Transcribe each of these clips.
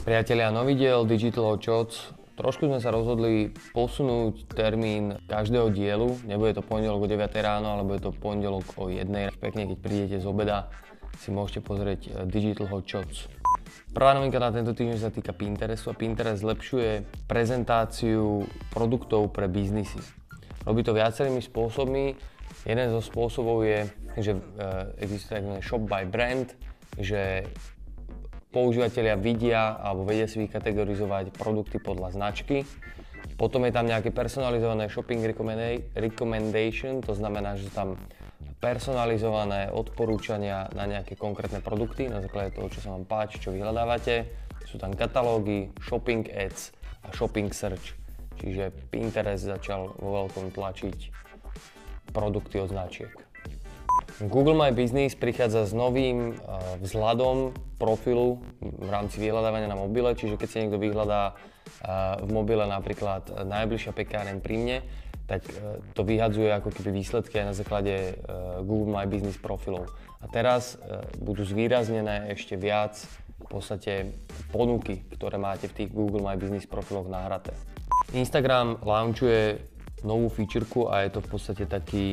Priatelia, nový diel Digital Hot Shots. Trošku sme sa rozhodli posunúť termín každého dielu. Nebude to pondelok o 9 ráno, ale bude to pondelok o 1. Pekne, keď prídete z obeda, si môžete pozrieť Digital Hot Shots. Prvá novinka na tento týždeň sa týka Pinterestu a Pinterest zlepšuje prezentáciu produktov pre biznisy. Robí to viacerými spôsobmi. Jeden zo spôsobov je, že existuje tzv. Shop by Brand, že používatelia vidia alebo vedia si vykategorizovať produkty podľa značky. Potom je tam nejaké personalizované shopping recommendation, to znamená, že sú tam personalizované odporúčania na nejaké konkrétne produkty na základe toho, čo sa vám páči, čo vyhľadávate. Sú tam katalógy, shopping ads a shopping search. Čiže Pinterest začal vo veľkom tlačiť produkty od značiek. Google My Business prichádza s novým vzhľadom profilu v rámci vyhľadávania na mobile, čiže keď si niekto vyhľadá v mobile napríklad najbližšia pekáreň pri mne, tak to vyhadzuje ako keby výsledky aj na základe Google My Business profilov. A teraz budú zvýraznené ešte viac v podstate ponuky, ktoré máte v tých Google My Business profiloch nahraté. Instagram launchuje novú featureku a je to v podstate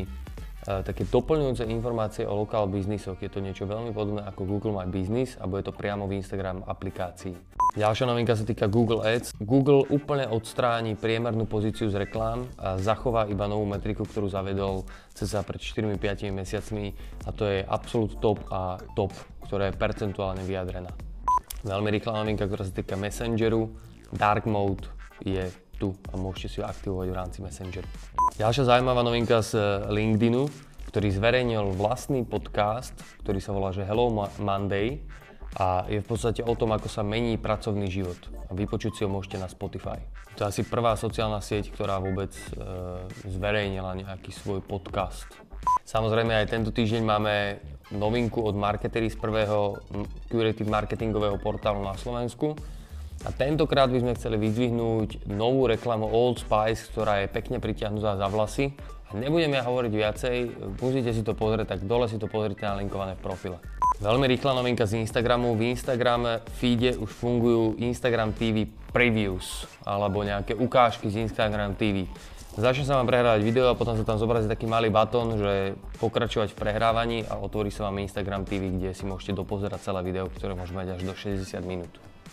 také doplňujúce informácie o lokál biznisoch. Je to niečo veľmi podobné ako Google My Business a bude to priamo v Instagram aplikácii. Ďalšia novinka sa týka Google Ads. Google úplne odstráni priemernú pozíciu z reklám a zachová iba novú metriku, ktorú zavedol cca pred 4-5 mesiacmi, a to je Absolute Top a Top, ktorá je percentuálne vyjadrená. Veľmi rýchla novinka, ktorá sa týka Messengeru. Dark Mode je tu a môžete si ho aktivovať v rámci Messengeru. Ďalšia zaujímavá novinka z LinkedInu, ktorý zverejnil vlastný podcast, ktorý sa volá že Hello Monday a je v podstate o tom, ako sa mení pracovný život. A vypočuť si ho môžete na Spotify. To je asi prvá sociálna sieť, ktorá vôbec zverejnila nejaký svoj podcast. Samozrejme aj tento týždeň máme novinku od marketeri z prvého curated marketingového portálu na Slovensku. A tentokrát by sme chceli vyzdvihnúť novú reklamu Old Spice, ktorá je pekne pritiahnutá za vlasy. A nebudem ja hovoriť viacej, musíte si to pozrieť, tak dole si to pozrite nalinkované v profile. Veľmi rýchla novinka z Instagramu. V Instagram feede už fungujú Instagram TV Previews, alebo nejaké ukážky z Instagram TV. Začne sa vám prehrávať video a potom sa tam zobrazí taký malý batón, že pokračovať v prehrávaní a otvorí sa vám Instagram TV, kde si môžete dopozerať celé video, ktoré môže mať až do 60 minút.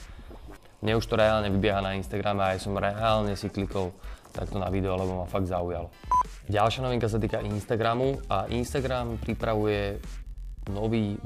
Mne už to reálne vybieha na Instagrame a aj som reálne si klikol takto na video, lebo ma fakt zaujalo. Ďalšia novinka sa týka Instagramu a Instagram pripravuje nový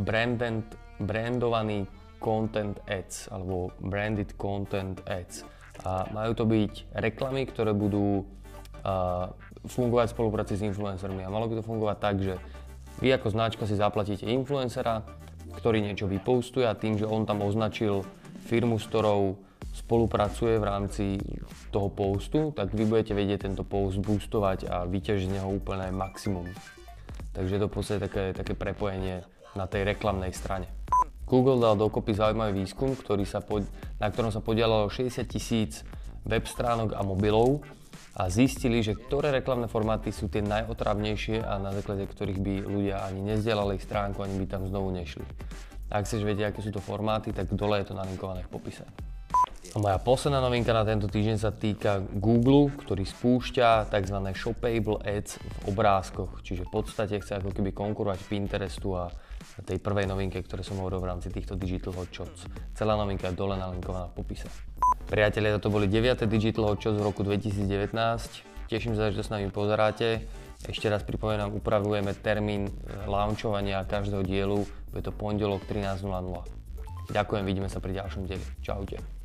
brandovaný content ads alebo branded content ads. A majú to byť reklamy, ktoré budú fungovať v spolupráci s influencermi. A malo by to fungovať tak, že vy ako značka si zaplatíte influencera, ktorý niečo vypostuje a tým, že on tam označil firmu, s ktorou spolupracuje v rámci toho postu, tak vy budete vedieť tento post boostovať a vyťažiť z neho úplne maximum. Takže je to v podstate také prepojenie na tej reklamnej strane. Google dal dokopy zaujímavý výskum, na ktorom sa podielalo 60 000 web stránok a mobilov a zistili, že ktoré reklamné formáty sú tie najotravnejšie a na základe ktorých by ľudia ani nezdielali stránku, ani by tam znovu nešli. Ak chceš vedieť, aké sú to formáty, tak dole je to nalinkované v popise. A moja posledná novinka na tento týždeň sa týka Google, ktorý spúšťa tzv. Shoppable ads v obrázkoch. Čiže v podstate chce ako keby konkurovať Pinterestu a tej prvej novinke, ktoré som hovoril v rámci týchto Digital Hot Shots. Celá novinka je dole nalinkovaná v popise. Priatelia, toto boli 9. Digital Hot Shots v roku 2019. Teším sa, že to s nami pozeráte. Ešte raz pripomínam, upravujeme termín launchovania každého dielu. Bude to pondelok 13:00. Ďakujem, vidíme sa pri ďalšom dieli. Čaute.